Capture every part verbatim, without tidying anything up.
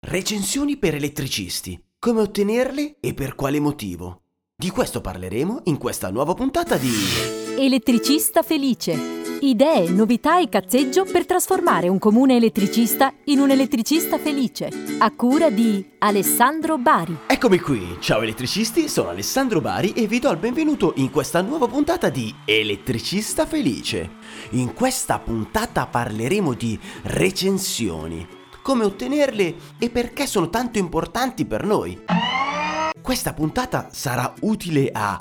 Recensioni per elettricisti. Come ottenerle e per quale motivo? Di questo parleremo in questa nuova puntata di Elettricista felice. Idee, novità e cazzeggio per trasformare un comune elettricista in un elettricista felice. A cura di Alessandro Bari. Eccomi qui, ciao elettricisti, sono Alessandro Bari e vi do il benvenuto in questa nuova puntata di Elettricista felice. In questa puntata parleremo di recensioni, come ottenerle e perché sono tanto importanti per noi. Questa puntata sarà utile a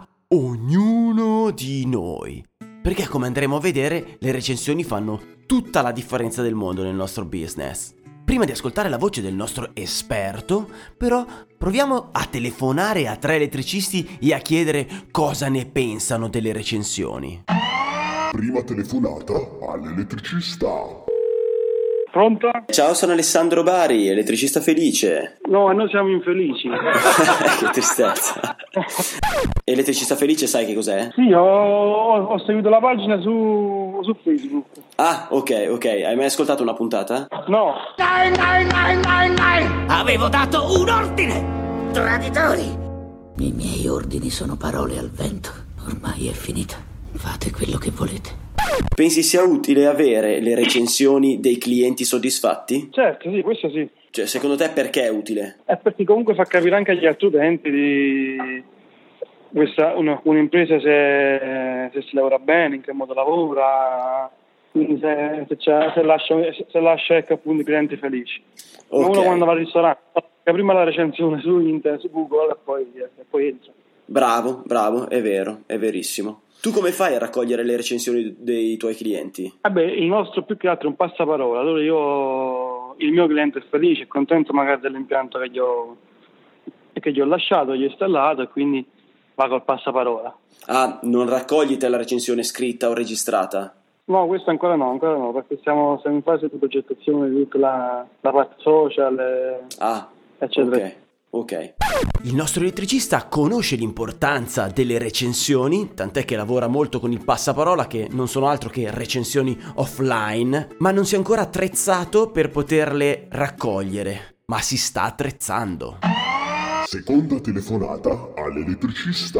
ognuno di noi, perché come andremo a vedere le recensioni fanno tutta la differenza del mondo nel nostro business. Prima di ascoltare la voce del nostro esperto, però proviamo a telefonare a tre elettricisti e a chiedere cosa ne pensano delle recensioni. Prima telefonata all'elettricista. Pronto? Ciao, sono Alessandro Bari, elettricista felice. No, noi siamo infelici. Che tristezza. Elettricista felice, sai che cos'è? Sì, ho, ho, ho seguito la pagina su, su Facebook. Ah, ok, ok. Hai mai ascoltato una puntata? No. Dai, dai, dai, dai, dai! Avevo dato un ordine! Traditori! I miei ordini sono parole al vento. Ormai è finita. Fate quello che volete. Pensi sia utile avere le recensioni dei clienti soddisfatti? Certo, sì, questo sì. Cioè, secondo te perché è utile? È perché comunque fa capire anche agli altri utenti di questa una, un'impresa se, se si lavora bene, in che modo lavora, quindi se, se, c'è, se lascia, se lascia ecco, appunto i clienti felici. Okay. Uno quando va al ristorante fa prima la recensione su internet, su Google e poi, e poi entra. Bravo, bravo, è vero, è verissimo. Tu come fai a raccogliere le recensioni dei tuoi clienti? Vabbè, il nostro più che altro è un passaparola. Allora io, il mio cliente è felice, è contento magari dell'impianto che gli ho, che gli ho lasciato, gli ho installato e quindi va col passaparola. Ah, non raccogli te la recensione scritta o registrata? No, questo ancora no, ancora no, perché siamo, siamo in fase di progettazione di tutta la, la parte social, e, ah, eccetera. Ok. Ok. Il nostro elettricista conosce l'importanza delle recensioni, tant'è che lavora molto con il passaparola, che non sono altro che recensioni offline, ma non si è ancora attrezzato per poterle raccogliere, ma si sta attrezzando. Seconda telefonata all'elettricista.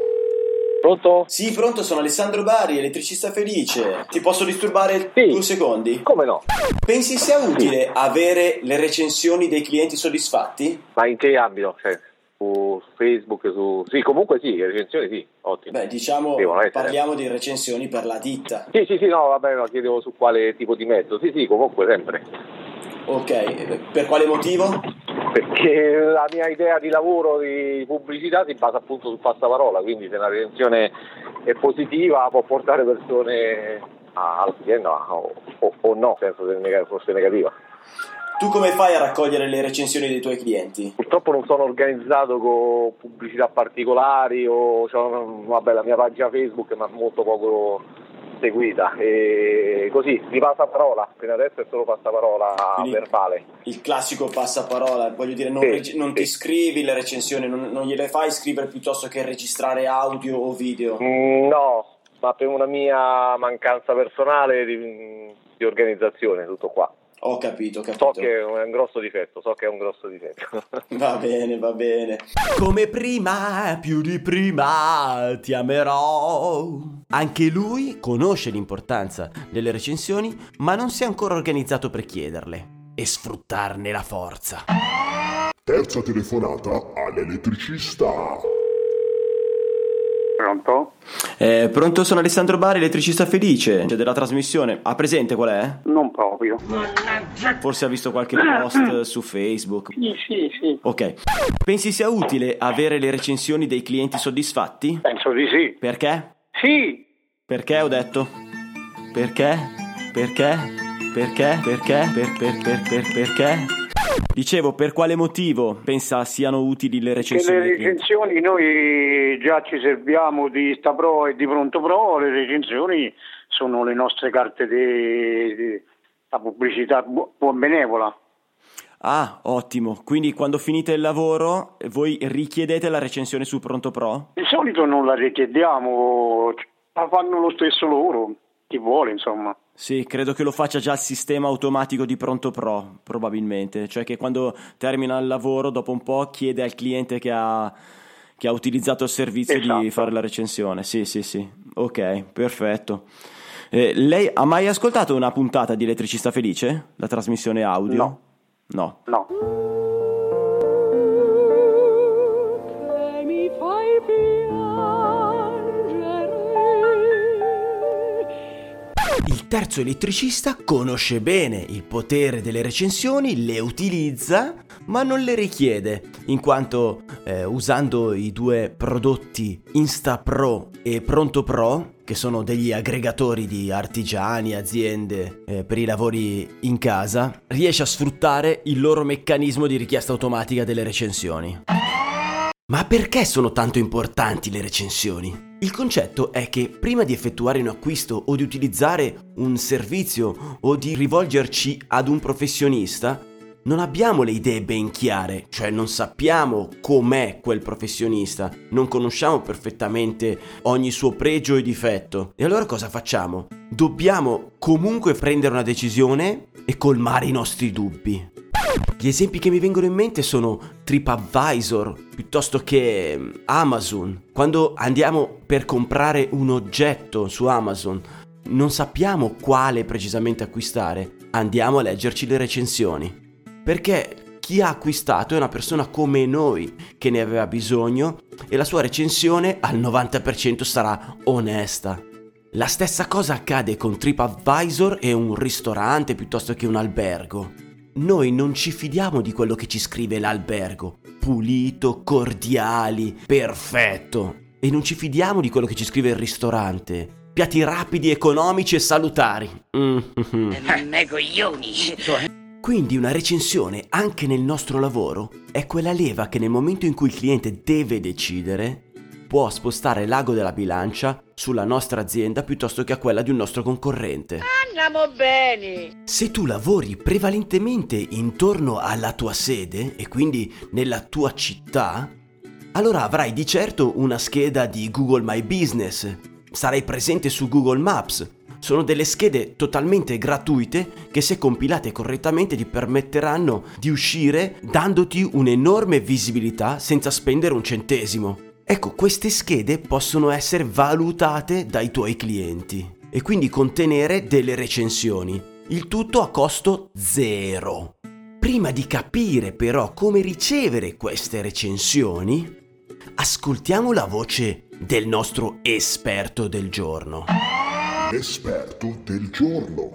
Pronto? Sì, pronto, sono Alessandro Bari, elettricista felice. Ti posso disturbare Sì. due secondi? Come no? Pensi sia utile avere le recensioni dei clienti soddisfatti? Ma in che ambito? Cioè, su Facebook, su... Sì, comunque sì, le recensioni sì, ottimo. Beh, diciamo, Devono essere. parliamo di recensioni per la ditta. Sì, sì, sì, no, vabbè, no, chiedevo su quale tipo di mezzo. Sì, sì, comunque sempre. Ok, per quale motivo? Perché la mia idea di lavoro, di pubblicità, si basa appunto sul passaparola, quindi se una recensione è positiva può portare persone all'azienda o, o, o no, senza che fosse negativa. Tu come fai a raccogliere le recensioni dei tuoi clienti? Purtroppo non sono organizzato con pubblicità particolari o cioè, vabbè, la mia pagina Facebook ma molto poco seguita e così mi passa parola, fino adesso è solo passaparola Quindi verbale. Il classico passaparola, voglio dire, non, Sì, reg- non sì. ti scrivi le recensioni, non, non gliele fai scrivere piuttosto che registrare audio o video? Mm, no, ma per una mia mancanza personale di, di organizzazione, tutto qua. Ho capito, ho capito. So che è un grosso difetto, so che è un grosso difetto. Va bene, va bene. Come prima, più di prima, ti amerò. Anche lui conosce l'importanza delle recensioni, ma non si è ancora organizzato per chiederle e sfruttarne la forza. Terza telefonata all'elettricista. Pronto? Eh, pronto, sono Alessandro Bari, elettricista felice, c'è della trasmissione. Ha presente qual è? Non proprio. Forse ha visto qualche post su Facebook. Sì, sì, sì. Ok. Pensi sia utile avere le recensioni dei clienti soddisfatti? Penso di sì. Perché? Sì! Perché ho detto? Perché? Perché? Perché? Perché? Per, per, per, per, perché? Dicevo, per quale motivo pensa siano utili le Che recensioni? le dei clienti? recensioni noi già ci serviamo di Sta Pro e di Pronto Pro, le recensioni sono le nostre carte di, di la pubblicità bu- buon benevola. Ah, ottimo. Quindi quando finite il lavoro voi richiedete la recensione su Pronto Pro? Di solito non la richiediamo, la fanno lo stesso loro, chi vuole insomma. Sì, credo che lo faccia già il sistema automatico di Pronto Pro, probabilmente. Cioè che quando termina il lavoro, dopo un po' chiede al cliente che ha, che ha utilizzato il servizio Esatto. di fare la recensione. Sì, sì, sì. Ok, perfetto. Eh, lei ha mai ascoltato una puntata di Elettricista Felice? La trasmissione audio? No. No. No. Il terzo elettricista conosce bene il potere delle recensioni, le utilizza, ma non le richiede, in quanto eh, usando i due prodotti InstaPro e ProntoPro, che sono degli aggregatori di artigiani, aziende eh, per i lavori in casa, riesce a sfruttare il loro meccanismo di richiesta automatica delle recensioni. Ma perché sono tanto importanti le recensioni? Il concetto è che prima di effettuare un acquisto o di utilizzare un servizio o di rivolgerci ad un professionista, non abbiamo le idee ben chiare, cioè non sappiamo com'è quel professionista, non conosciamo perfettamente ogni suo pregio e difetto. E allora cosa facciamo? Dobbiamo comunque prendere una decisione e colmare i nostri dubbi. Gli esempi che mi vengono in mente sono TripAdvisor piuttosto che Amazon. Quando andiamo per comprare un oggetto su Amazon, non sappiamo quale precisamente acquistare, andiamo a leggerci le recensioni. Perché chi ha acquistato è una persona come noi che ne aveva bisogno e la sua recensione al novanta per cento sarà onesta. La stessa cosa accade con TripAdvisor e un ristorante piuttosto che un albergo. Noi non ci fidiamo di quello che ci scrive l'albergo, pulito, cordiali, perfetto. E non ci fidiamo di quello che ci scrive il ristorante, piatti rapidi, economici e salutari. Mm-hmm. Me coglioni. Quindi una recensione, anche nel nostro lavoro, è quella leva che nel momento in cui il cliente deve decidere, può spostare l'ago della bilancia sulla nostra azienda piuttosto che a quella di un nostro concorrente. Andiamo bene. Se tu lavori prevalentemente intorno alla tua sede e quindi nella tua città, allora avrai di certo una scheda di Google My Business, sarai presente su Google Maps. Sono delle schede totalmente gratuite che, se compilate correttamente, ti permetteranno di uscire dandoti un'enorme visibilità senza spendere un centesimo. Ecco, queste schede possono essere valutate dai tuoi clienti e quindi contenere delle recensioni, il tutto a costo zero. Prima di capire però come ricevere queste recensioni, ascoltiamo la voce del nostro esperto del giorno. L'esperto del giorno.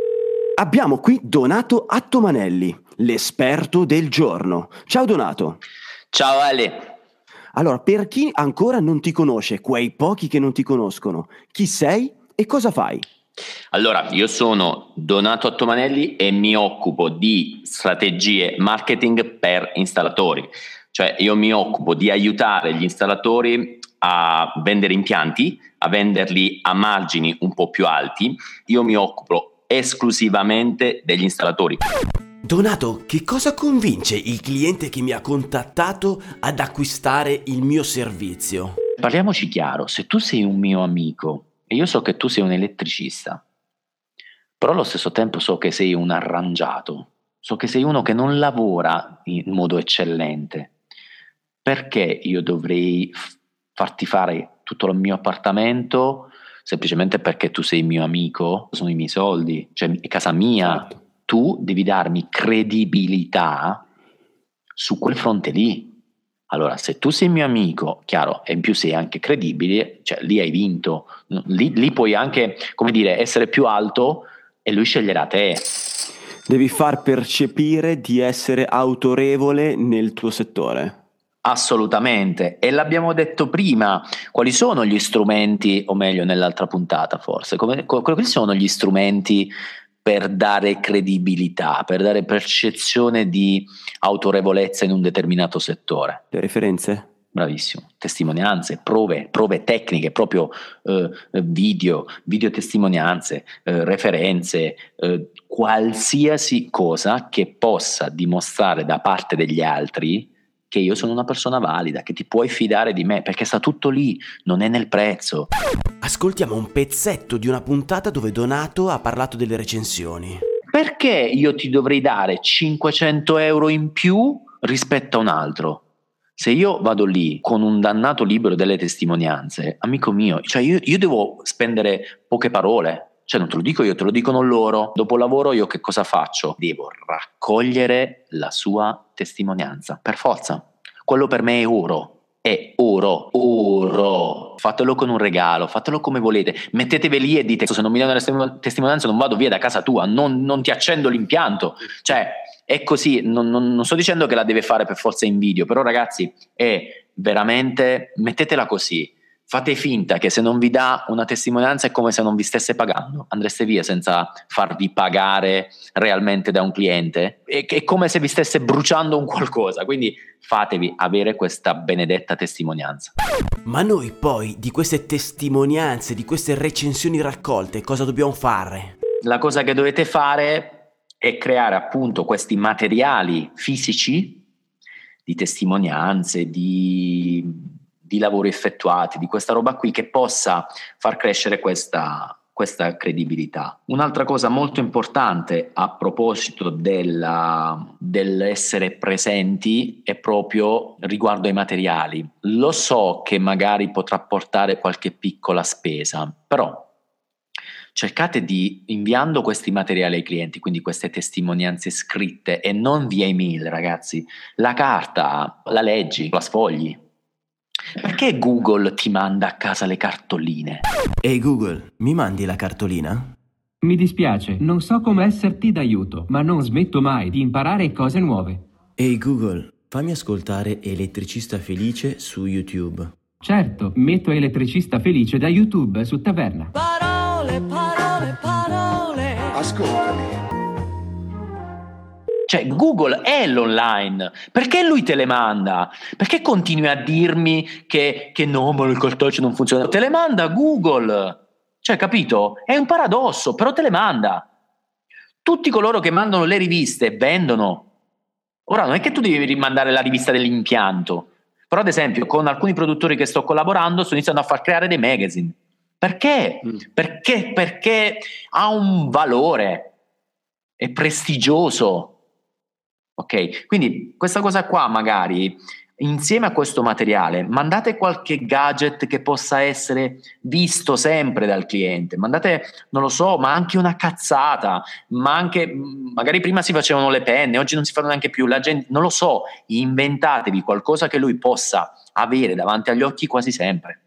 Abbiamo qui Donato Attomanelli, l'esperto del giorno. Ciao Donato. Ciao Ale. Allora, per chi ancora non ti conosce, quei pochi che non ti conoscono, chi sei e cosa fai? Allora, io sono Donato Attomanelli e mi occupo di strategie marketing per installatori. Cioè, io mi occupo di aiutare gli installatori a vendere impianti, a venderli a margini un po' più alti. Io mi occupo esclusivamente degli installatori. Donato, che cosa convince il cliente che mi ha contattato ad acquistare il mio servizio? Parliamoci chiaro, se tu sei un mio amico e io so che tu sei un elettricista, però allo stesso tempo so che sei un arrangiato, so che sei uno che non lavora in modo eccellente, perché io dovrei farti fare tutto il mio appartamento semplicemente perché tu sei mio amico? Sono i miei soldi, cioè è casa mia. Certo. Tu devi darmi credibilità su quel fronte lì. Allora, se tu sei mio amico, chiaro, e in più sei anche credibile, cioè lì hai vinto. Lì, lì puoi anche, come dire, essere più alto e lui sceglierà te. Devi far percepire di essere autorevole nel tuo settore. Assolutamente, e l'abbiamo detto prima, quali sono gli strumenti, o meglio nell'altra puntata forse, come, quali sono gli strumenti per dare credibilità, per dare percezione di autorevolezza in un determinato settore? Le referenze? Bravissimo, testimonianze, prove, prove tecniche, proprio eh, video, videotestimonianze, eh, referenze, eh, qualsiasi cosa che possa dimostrare da parte degli altri che io sono una persona valida, che ti puoi fidare di me, perché sta tutto lì, non è nel prezzo. Ascoltiamo un pezzetto di una puntata dove Donato ha parlato delle recensioni. Perché io ti dovrei dare cinquecento euro in più rispetto a un altro? Se io vado lì con un dannato libro delle testimonianze, amico mio, cioè io, io devo spendere poche parole, cioè non te lo dico io, te lo dicono loro. Dopo lavoro io che cosa faccio? Devo raccogliere la sua testimonianza, per forza. Quello per me è oro, è oro, oro. Fatelo con un regalo, fatelo come volete, mettetevi lì e dite: se non mi danno la testimonianza non vado via da casa tua, non, non ti accendo l'impianto. Cioè è così, non, non, non sto dicendo che la deve fare per forza in video, però ragazzi è veramente, mettetela così, fate finta che se non vi dà una testimonianza è come se non vi stesse pagando, andreste via senza farvi pagare realmente da un cliente, è, è come se vi stesse bruciando un qualcosa, quindi fatevi avere questa benedetta testimonianza. Ma noi poi di queste testimonianze, di queste recensioni raccolte, cosa dobbiamo fare? La cosa che dovete fare è creare appunto questi materiali fisici di testimonianze, di, di lavori effettuati, di questa roba qui che possa far crescere questa, questa credibilità. Un'altra cosa molto importante a proposito della, dell'essere presenti è proprio riguardo ai materiali. Lo so che magari potrà portare qualche piccola spesa, però cercate di, inviando questi materiali ai clienti, quindi queste testimonianze scritte e non via email, ragazzi, la carta la leggi, la sfogli. Perché Google ti manda a casa le cartoline? Ehi Google, mi mandi la cartolina? Mi dispiace, non so come esserti d'aiuto, ma non smetto mai di imparare cose nuove. Ehi Google, fammi ascoltare Elettricista Felice su YouTube. Certo, metto Elettricista Felice da YouTube su Taverna. Parole, parole, parole. Ascoltali. Cioè Google è l'online, perché lui te le manda? Perché continui a dirmi che, che no, ma il cartaceo non funziona? Te le manda Google, cioè capito? È un paradosso, però te le manda. Tutti coloro che mandano le riviste vendono. Ora non è che tu devi rimandare la rivista dell'impianto, però ad esempio con alcuni produttori che sto collaborando sto iniziando a far creare dei magazine. Perché? Mm. Perché? Perché ha un valore, è prestigioso. Ok, quindi questa cosa qua magari insieme a questo materiale mandate qualche gadget che possa essere visto sempre dal cliente, mandate, non lo so, ma anche una cazzata, ma anche magari prima si facevano le penne, oggi non si fanno neanche più, la gente, non lo so, inventatevi qualcosa che lui possa avere davanti agli occhi quasi sempre.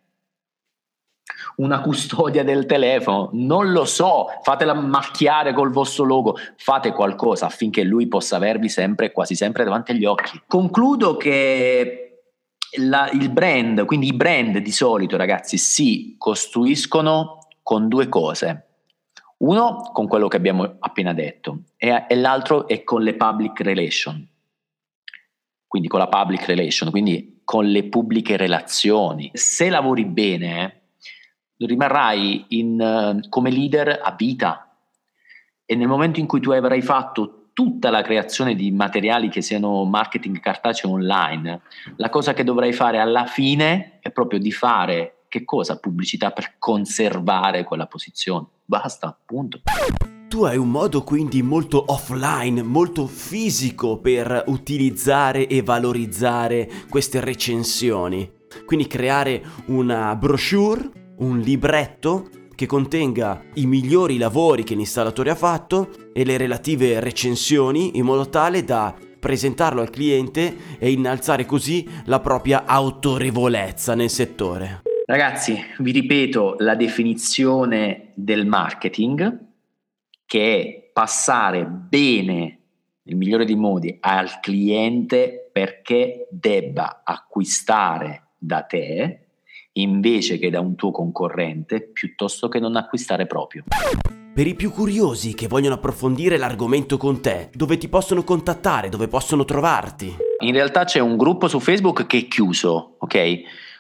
Una custodia del telefono, non lo so, fatela macchiare col vostro logo, fate qualcosa affinché lui possa avervi sempre, quasi sempre davanti agli occhi. Concludo che la, il brand, quindi i brand di solito, ragazzi, si costruiscono con due cose. Uno con quello che abbiamo appena detto e, e l'altro è con le public relation, quindi con la public relation, quindi con le pubbliche relazioni. Se lavori bene rimarrai in, uh, come leader a vita, e nel momento in cui tu avrai fatto tutta la creazione di materiali che siano marketing cartaceo online, la cosa che dovrai fare alla fine è proprio di fare che cosa? Pubblicità per conservare quella posizione. Basta, punto. Tu hai un modo quindi molto offline, molto fisico per utilizzare e valorizzare queste recensioni. Quindi creare una brochure, un libretto che contenga i migliori lavori che l'installatore ha fatto e le relative recensioni, in modo tale da presentarlo al cliente e innalzare così la propria autorevolezza nel settore. Ragazzi, vi ripeto la definizione del marketing, che è passare bene, nel migliore dei modi, al cliente perché debba acquistare da te invece che da un tuo concorrente, piuttosto che non acquistare proprio. Per i più curiosi che vogliono approfondire l'argomento con te, dove ti possono contattare, dove possono trovarti? In realtà c'è un gruppo su Facebook che è chiuso, ok?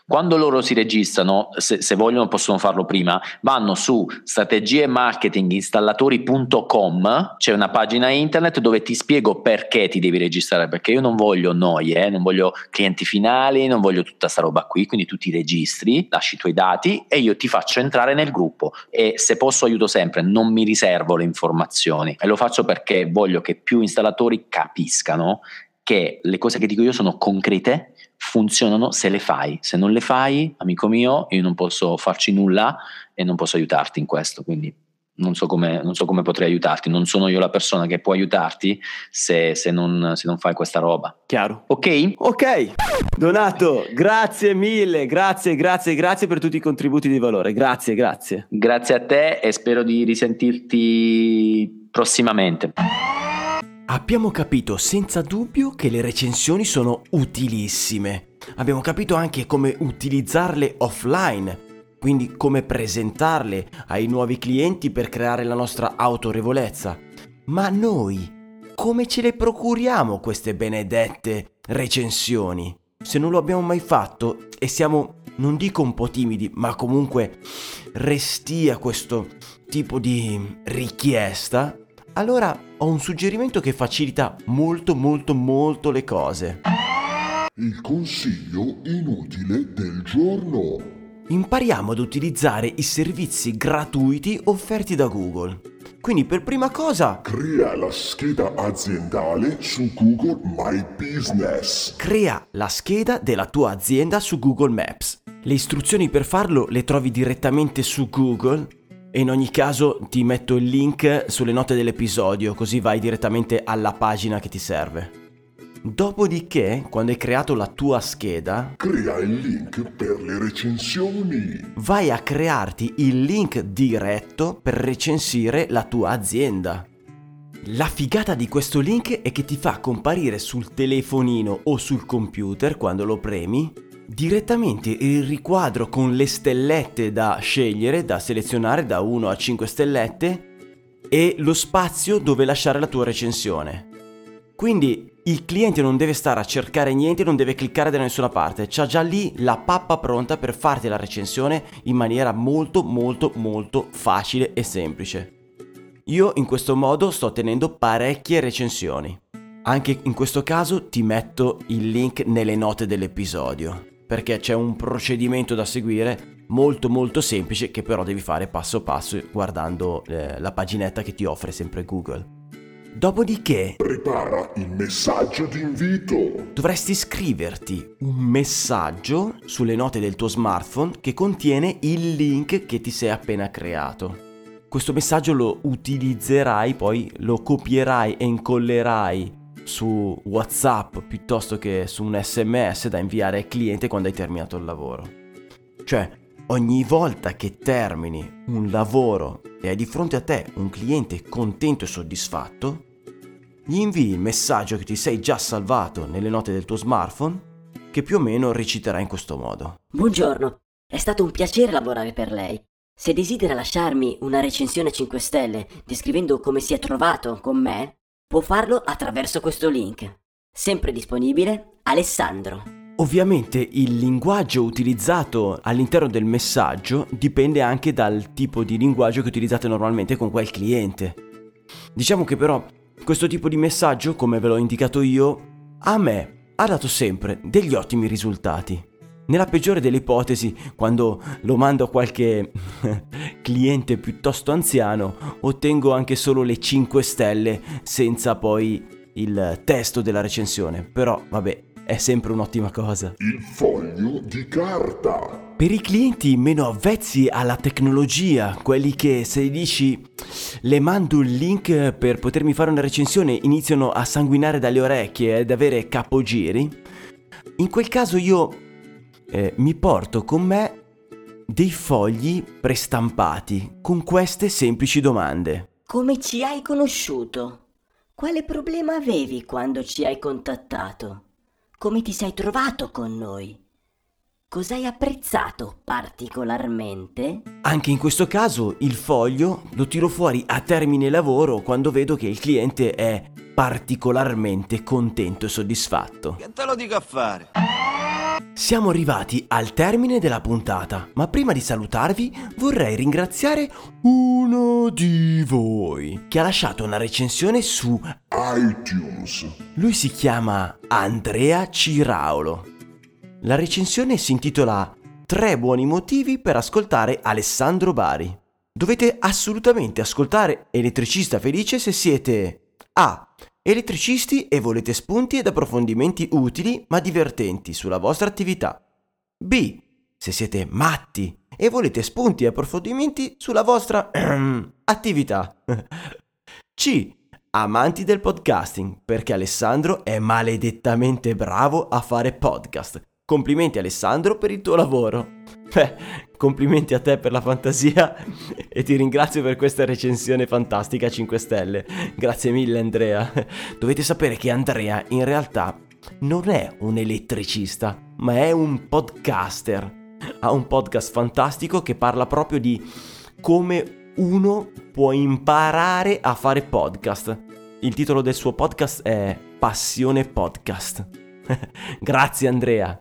quando loro si registrano, se, se vogliono possono farlo prima, vanno su strategie marketing installatori punto com, c'è una pagina internet dove ti spiego perché ti devi registrare, perché io non voglio noie, eh, non voglio clienti finali, non voglio tutta sta roba qui, quindi tu ti registri, lasci i tuoi dati e io ti faccio entrare nel gruppo, e se posso aiuto sempre, non mi riservo le informazioni, e lo faccio perché voglio che più installatori capiscano che le cose che dico io sono concrete, funzionano se le fai. Se non le fai, amico mio, io non posso farci nulla e non posso aiutarti in questo, quindi non so come, non so come potrei aiutarti, non sono io la persona che può aiutarti se, se, non, se non fai questa roba. Chiaro. Ok? Ok. Donato, grazie mille, grazie, grazie, grazie per tutti i contributi di valore, grazie, grazie. Grazie a te e spero di risentirti prossimamente. Abbiamo capito senza dubbio che le recensioni sono utilissime. Abbiamo capito anche come utilizzarle offline, quindi come presentarle ai nuovi clienti per creare la nostra autorevolezza. Ma noi come ce le procuriamo queste benedette recensioni? Se non lo abbiamo mai fatto e siamo, non dico un po' timidi, ma comunque restii a questo tipo di richiesta, allora ho un suggerimento che facilita molto molto molto le cose. Il consiglio inutile del giorno. Impariamo ad utilizzare i servizi gratuiti offerti da Google. Quindi per prima cosa, crea la scheda aziendale su Google My Business. Crea la scheda della tua azienda su Google Maps. Le istruzioni per farlo le trovi direttamente su Google. E in ogni caso ti metto il link sulle note dell'episodio, così vai direttamente alla pagina che ti serve. Dopodiché, quando hai creato la tua scheda, crea il link per le recensioni. Vai a crearti il link diretto per recensire la tua azienda. La figata di questo link è che ti fa comparire sul telefonino o sul computer, quando lo premi, direttamente il riquadro con le stellette da scegliere, da selezionare da uno a cinque stellette e lo spazio dove lasciare la tua recensione. Quindi il cliente non deve stare a cercare niente, non deve cliccare da nessuna parte, c'ha già lì la pappa pronta per farti la recensione in maniera molto molto molto facile e semplice. Io in questo modo sto ottenendo parecchie recensioni. Anche in questo caso ti metto il link nelle note dell'episodio, perché c'è un procedimento da seguire molto molto semplice che però devi fare passo passo guardando eh, la paginetta che ti offre sempre Google. Dopodiché prepara il messaggio d'invito. Dovresti scriverti un messaggio sulle note del tuo smartphone che contiene il link che ti sei appena creato. Questo messaggio lo utilizzerai, poi lo copierai e incollerai su WhatsApp piuttosto che su un S M S da inviare al cliente quando hai terminato il lavoro. Cioè, ogni volta che termini un lavoro e hai di fronte a te un cliente contento e soddisfatto, gli invii il messaggio che ti sei già salvato nelle note del tuo smartphone, che più o meno reciterà in questo modo. Buongiorno, è stato un piacere lavorare per lei. Se desidera lasciarmi una recensione cinque stelle descrivendo come si è trovato con me, può farlo attraverso questo link. Sempre disponibile, Alessandro. Ovviamente il linguaggio utilizzato all'interno del messaggio dipende anche dal tipo di linguaggio che utilizzate normalmente con quel cliente. Diciamo che però questo tipo di messaggio, come ve l'ho indicato io, a me ha dato sempre degli ottimi risultati. Nella peggiore delle ipotesi, quando lo mando a qualche cliente piuttosto anziano, ottengo anche solo le cinque stelle senza poi il testo della recensione. Però vabbè, è sempre un'ottima cosa. Il foglio di carta. Per i clienti meno avvezzi alla tecnologia, quelli che se gli dici le mando il link per potermi fare una recensione iniziano a sanguinare dalle orecchie ed avere capogiri, in quel caso io eh, mi porto con me dei fogli prestampati con queste semplici domande. Come ci hai conosciuto? Quale problema avevi quando ci hai contattato? Come ti sei trovato con noi? Cosa hai apprezzato particolarmente? Anche in questo caso il foglio lo tiro fuori a termine lavoro quando vedo che il cliente è particolarmente contento e soddisfatto. Che te lo dico a fare? Siamo arrivati al termine della puntata, ma prima di salutarvi vorrei ringraziare uno di voi che ha lasciato una recensione su iTunes. Lui si chiama Andrea Ciraulo. La recensione si intitola Tre buoni motivi per ascoltare Alessandro Bari. Dovete assolutamente ascoltare Elettricista Felice se siete A. Elettricisti e volete spunti ed approfondimenti utili ma divertenti sulla vostra attività. B. Se siete matti e volete spunti e approfondimenti sulla vostra attività. C. Amanti del podcasting, perché Alessandro è maledettamente bravo a fare podcast. Complimenti Alessandro per il tuo lavoro. Beh, complimenti a te per la fantasia e ti ringrazio per questa recensione fantastica a cinque stelle. Grazie mille Andrea. Dovete sapere che Andrea in realtà non è un elettricista, ma è un podcaster. Ha un podcast fantastico che parla proprio di come uno può imparare a fare podcast. Il titolo del suo podcast è Passione Podcast. Grazie Andrea.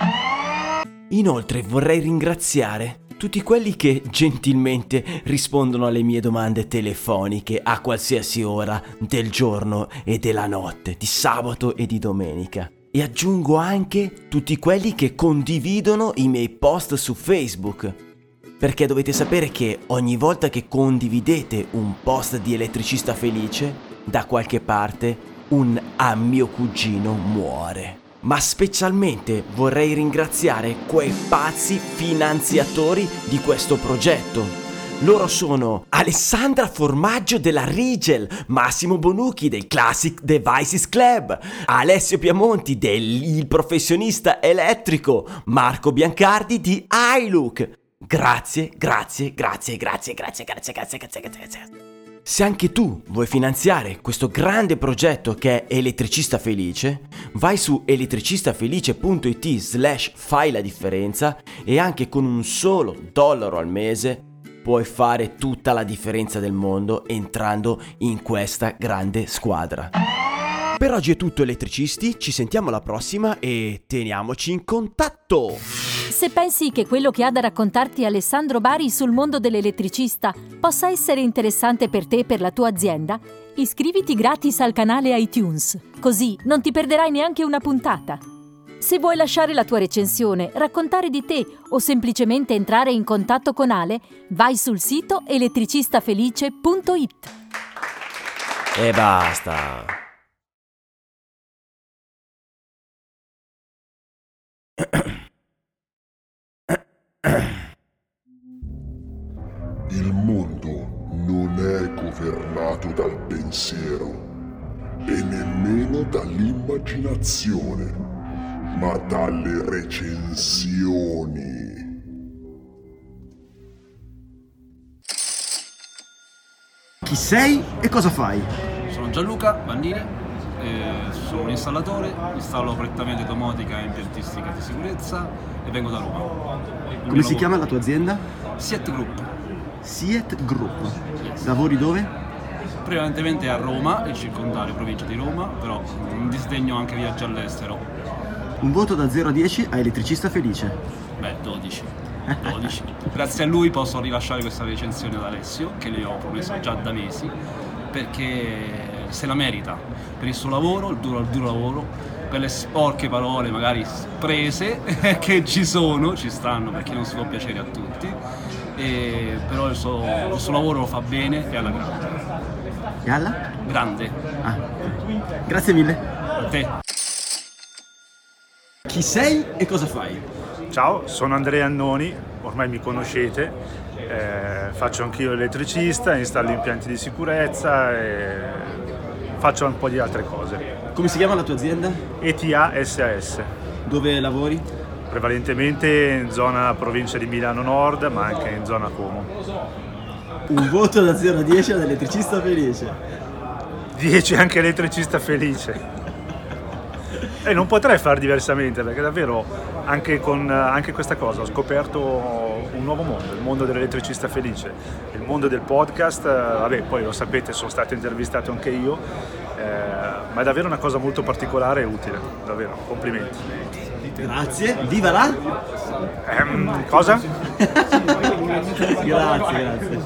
Inoltre vorrei ringraziare tutti quelli che gentilmente rispondono alle mie domande telefoniche a qualsiasi ora del giorno e della notte, di sabato e di domenica. E aggiungo anche tutti quelli che condividono i miei post su Facebook. Perché dovete sapere che ogni volta che condividete un post di Elettricista Felice, da qualche parte un a mio cugino muore. Ma specialmente vorrei ringraziare quei pazzi finanziatori di questo progetto. Loro sono Alessandra Formaggio della Rigel, Massimo Bonucchi del Classic Devices Club, Alessio Piamonti del Il Professionista Elettrico, Marco Biancardi di iLook. Grazie, grazie, grazie, grazie, grazie, grazie, grazie, grazie, grazie, grazie. Se anche tu vuoi finanziare questo grande progetto che è Elettricista Felice, vai su elettricistafelice.it slash fai la differenza e anche con un solo dollaro al mese puoi fare tutta la differenza del mondo entrando in questa grande squadra. Per oggi è tutto elettricisti, ci sentiamo alla prossima e teniamoci in contatto! Se pensi che quello che ha da raccontarti Alessandro Bari sul mondo dell'elettricista possa essere interessante per te e per la tua azienda, iscriviti gratis al canale iTunes, così non ti perderai neanche una puntata. Se vuoi lasciare la tua recensione, raccontare di te o semplicemente entrare in contatto con Ale, vai sul sito elettricistafelice punto it. E basta! Il mondo non è governato dal pensiero e nemmeno dall'immaginazione, ma dalle recensioni. Chi sei e cosa fai? Sono Gianluca Bannini, eh, sono un installatore, installo correttamente domotica e impiantistica di sicurezza e vengo da Roma. Il Come si chiama la tua azienda? Siet Group. Siet Group. Yes. Lavori dove? Prevalentemente a Roma e circondario, provincia di Roma, però un disdegno anche viaggi all'estero. Un voto da zero a dieci a Elettricista Felice. Beh, dodici. dodici. Grazie a lui posso rilasciare questa recensione ad Alessio, che le ho promesso già da mesi, perché se la merita per il suo lavoro, il duro, il duro lavoro, per le sporche parole magari prese che ci sono, ci stanno perché non si può piacere a tutti, e però il suo, il suo lavoro lo fa bene e alla grande. E alla? Grande. Ah. Grazie mille. A te. Chi sei e cosa fai? Ciao, sono Andrea Annoni, ormai mi conoscete, eh, faccio anch'io elettricista, installo impianti di sicurezza e faccio un po' di altre cose. Come si chiama la tua azienda? E T A S A S. Dove lavori? Prevalentemente in zona provincia di Milano Nord, ma anche in zona Como. Un voto da zero a dieci ad Elettricista Felice. dieci anche Elettricista Felice. E non potrei fare diversamente, perché davvero anche con anche questa cosa ho scoperto un nuovo mondo, il mondo dell'elettricista felice, il mondo del podcast. Vabbè, poi lo sapete, sono stato intervistato anche io, eh, ma è davvero una cosa molto particolare e utile, davvero, complimenti. Grazie, viva là! Ehm, cosa? Grazie, grazie.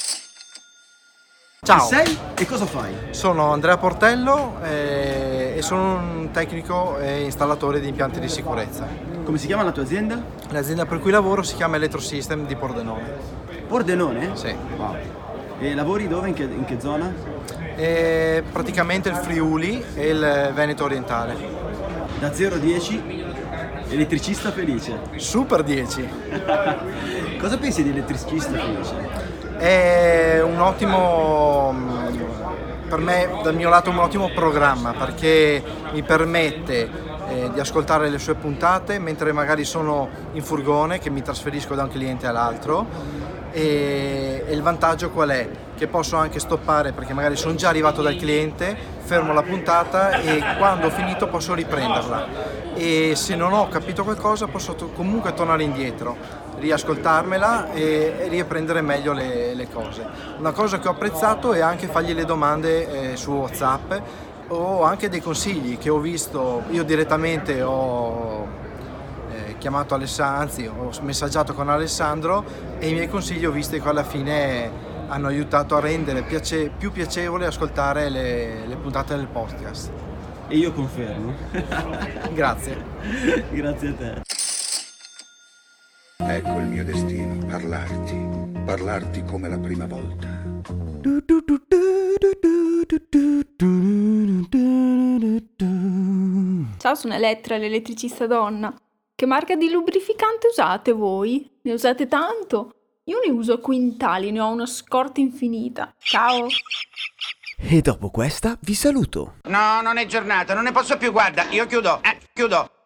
Ciao. Chi sei e cosa fai? Sono Andrea Portello eh, e sono un tecnico e installatore di impianti di sicurezza. Come si chiama la tua azienda? L'azienda per cui lavoro si chiama Electrosystem di Pordenone. Pordenone? Sì. Wow. E lavori dove? In che, in che zona? E praticamente il Friuli e il Veneto orientale. Da zero a dieci, elettricista felice. Super dieci. Cosa pensi di elettricista felice? È un ottimo, per me dal mio lato un ottimo programma, perché mi permette eh, di ascoltare le sue puntate mentre magari sono in furgone, che mi trasferisco da un cliente all'altro, e, e il vantaggio qual è? Che posso anche stoppare perché magari sono già arrivato dal cliente, fermo la puntata e quando ho finito posso riprenderla, e se non ho capito qualcosa posso to- comunque tornare indietro, riascoltarmela e, e riprendere meglio le, le cose. Una cosa che ho apprezzato è anche fargli le domande eh, su WhatsApp o anche dei consigli che ho visto. Io direttamente ho eh, chiamato Alessandro, anzi ho messaggiato con Alessandro, e i miei consigli ho visto che alla fine hanno aiutato a rendere piace- più piacevole ascoltare le, le puntate del podcast. E io confermo. Grazie. Grazie a te. Ecco il mio destino, parlarti, parlarti come la prima volta. Ciao, sono Elettra, l'elettricista donna. Che marca di lubrificante usate voi? Ne usate tanto? Io ne uso quintali, ne ho una scorta infinita. Ciao! E dopo questa vi saluto. No, non è giornata, non ne posso più, guarda, io chiudo, eh, chiudo.